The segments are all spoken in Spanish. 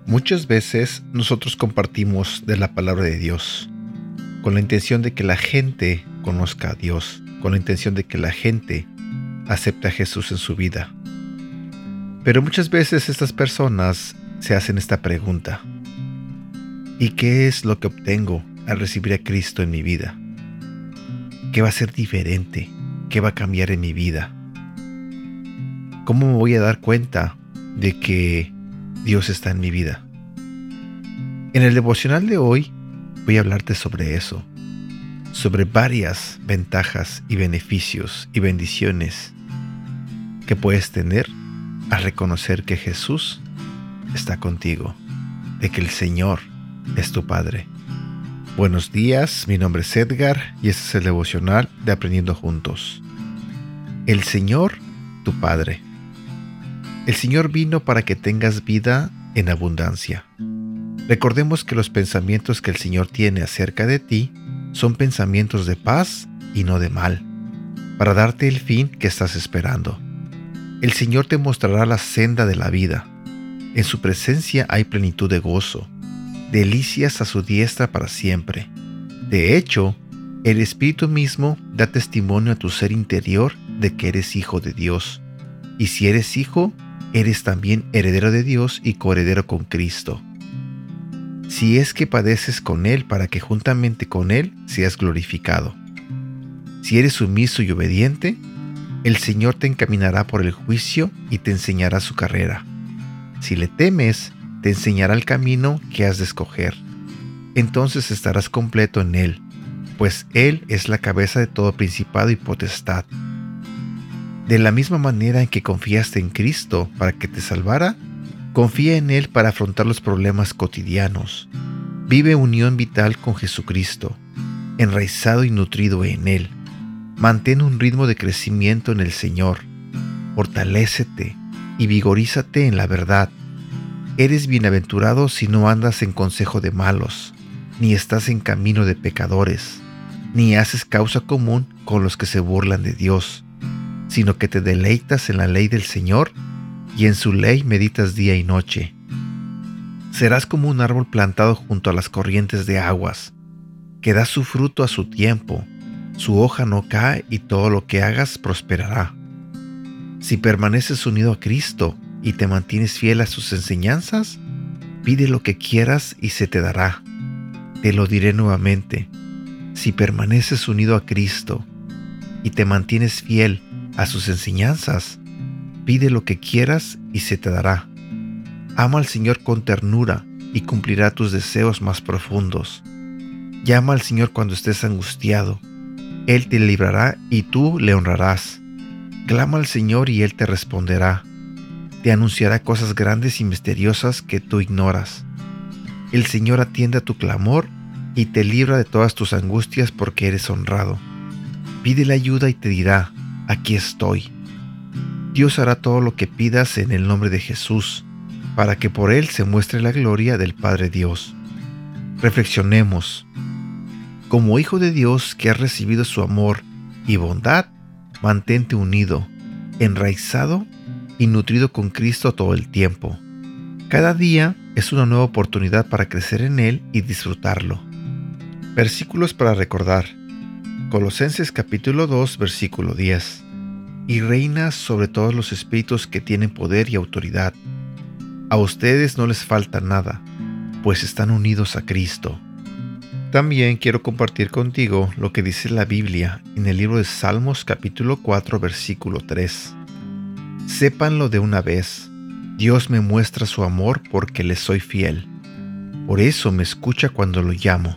Muchas veces nosotros compartimos de la palabra de Dios con la intención de que la gente conozca a Dios, con la intención de que la gente acepte a Jesús en su vida. Pero muchas veces estas personas se hacen esta pregunta: ¿y qué es lo que obtengo al recibir a Cristo en mi vida? ¿Qué va a ser diferente? ¿Qué va a cambiar en mi vida? ¿Cómo me voy a dar cuenta de que Dios está en mi vida? En el devocional de hoy voy a hablarte sobre eso, sobre varias ventajas y beneficios y bendiciones que puedes tener al reconocer que Jesús está contigo, de que el Señor es tu Padre. Buenos días, mi nombre es Edgar y este es el devocional de Aprendiendo Juntos. El Señor, tu Padre. El Señor vino para que tengas vida en abundancia. Recordemos que los pensamientos que el Señor tiene acerca de ti son pensamientos de paz y no de mal, para darte el fin que estás esperando. El Señor te mostrará la senda de la vida. En su presencia hay plenitud de gozo, delicias a su diestra para siempre. De hecho, el Espíritu mismo da testimonio a tu ser interior de que eres hijo de Dios. Y si eres hijo, eres también heredero de Dios y coheredero con Cristo. Si es que padeces con Él para que juntamente con Él seas glorificado. Si eres sumiso y obediente, el Señor te encaminará por el juicio y te enseñará su carrera. Si le temes, te enseñará el camino que has de escoger. Entonces estarás completo en Él, pues Él es la cabeza de todo principado y potestad. De la misma manera en que confiaste en Cristo para que te salvara, confía en Él para afrontar los problemas cotidianos. Vive unión vital con Jesucristo, enraizado y nutrido en Él. Mantén un ritmo de crecimiento en el Señor. Fortalécete y vigorízate en la verdad. Eres bienaventurado si no andas en consejo de malos, ni estás en camino de pecadores, ni haces causa común con los que se burlan de Dios, sino que te deleitas en la ley del Señor y en su ley meditas día y noche. Serás como un árbol plantado junto a las corrientes de aguas, que da su fruto a su tiempo, su hoja no cae y todo lo que hagas prosperará. Si permaneces unido a Cristo y te mantienes fiel a sus enseñanzas, pide lo que quieras y se te dará. Te lo diré nuevamente: si permaneces unido a Cristo y te mantienes fiel a sus enseñanzas, pide lo que quieras y se te dará. Ama al Señor con ternura y cumplirá tus deseos más profundos. Llama al Señor cuando estés angustiado. Él te librará y tú le honrarás. Clama al Señor y Él te responderá. Te anunciará cosas grandes y misteriosas que tú ignoras. El Señor atiende a tu clamor y te libra de todas tus angustias porque eres honrado. Pídele ayuda y te dirá: aquí estoy. Dios hará todo lo que pidas en el nombre de Jesús, para que por Él se muestre la gloria del Padre Dios. Reflexionemos. Como hijo de Dios que has recibido su amor y bondad, mantente unido, enraizado y nutrido con Cristo todo el tiempo. Cada día es una nueva oportunidad para crecer en Él y disfrutarlo. Versículos para recordar. Colosenses capítulo 2, versículo 10. Y reina sobre todos los espíritus que tienen poder y autoridad. A ustedes no les falta nada, pues están unidos a Cristo. También quiero compartir contigo lo que dice la Biblia en el libro de Salmos capítulo 4, versículo 3. Sépanlo de una vez, Dios me muestra su amor porque le soy fiel. Por eso me escucha cuando lo llamo.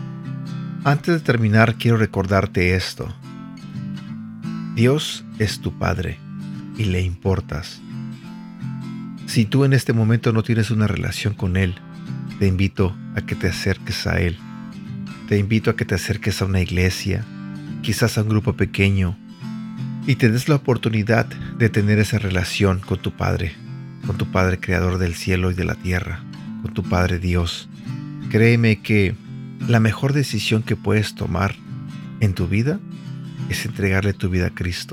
Antes de terminar, quiero recordarte esto. Dios es tu Padre y le importas. Si tú en este momento no tienes una relación con Él, te invito a que te acerques a Él. Te invito a que te acerques a una iglesia, quizás a un grupo pequeño, y te des la oportunidad de tener esa relación con tu Padre Creador del cielo y de la tierra, con tu Padre Dios. Créeme que la mejor decisión que puedes tomar en tu vida es entregarle tu vida a Cristo,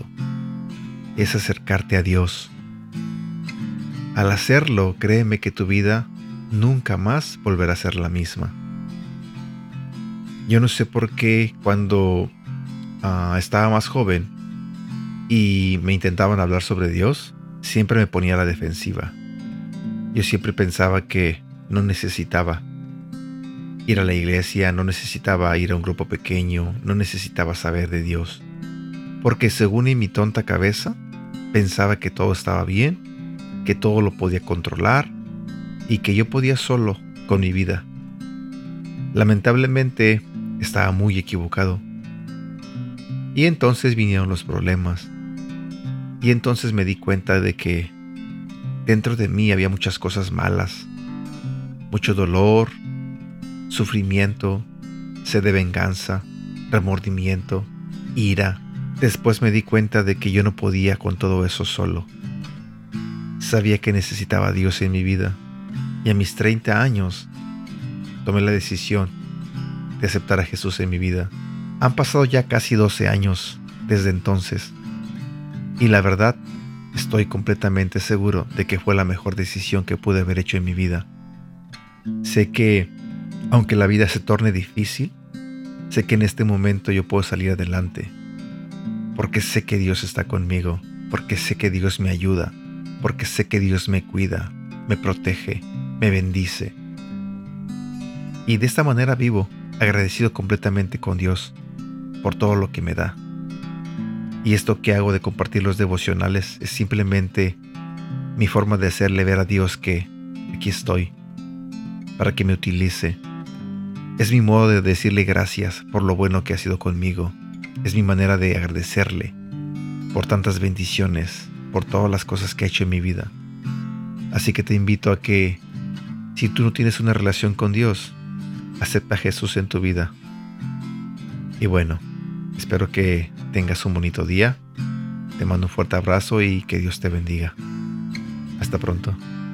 es acercarte a Dios. Al hacerlo, créeme que tu vida nunca más volverá a ser la misma. Yo no sé por qué cuando estaba más joven y me intentaban hablar sobre Dios, siempre me ponía a la defensiva. Yo siempre pensaba que no necesitaba ir a la iglesia, no necesitaba ir a un grupo pequeño, no necesitaba saber de Dios. Porque según en mi tonta cabeza, pensaba que todo estaba bien, que todo lo podía controlar y que yo podía solo con mi vida. Lamentablemente, estaba muy equivocado. Y entonces vinieron los problemas. Y entonces me di cuenta de que dentro de mí había muchas cosas malas, mucho dolor, sufrimiento, sed de venganza, remordimiento, ira. Después me di cuenta de que yo no podía con todo eso solo. Sabía que necesitaba a Dios en mi vida y a mis 30 años tomé la decisión de aceptar a Jesús en mi vida. Han pasado ya casi 12 años desde entonces y la verdad estoy completamente seguro de que fue la mejor decisión que pude haber hecho en mi vida. Sé que aunque la vida se torne difícil, sé que en este momento yo puedo salir adelante, porque sé que Dios está conmigo, porque sé que Dios me ayuda, porque sé que Dios me cuida, me protege, me bendice. Y de esta manera vivo, agradecido completamente con Dios por todo lo que me da. Y esto que hago de compartir los devocionales es simplemente mi forma de hacerle ver a Dios que aquí estoy, para que me utilice. Es mi modo de decirle gracias por lo bueno que ha sido conmigo. Es mi manera de agradecerle por tantas bendiciones, por todas las cosas que ha hecho en mi vida. Así que te invito a que, si tú no tienes una relación con Dios, acepta a Jesús en tu vida. Y bueno, espero que tengas un bonito día. Te mando un fuerte abrazo y que Dios te bendiga. Hasta pronto.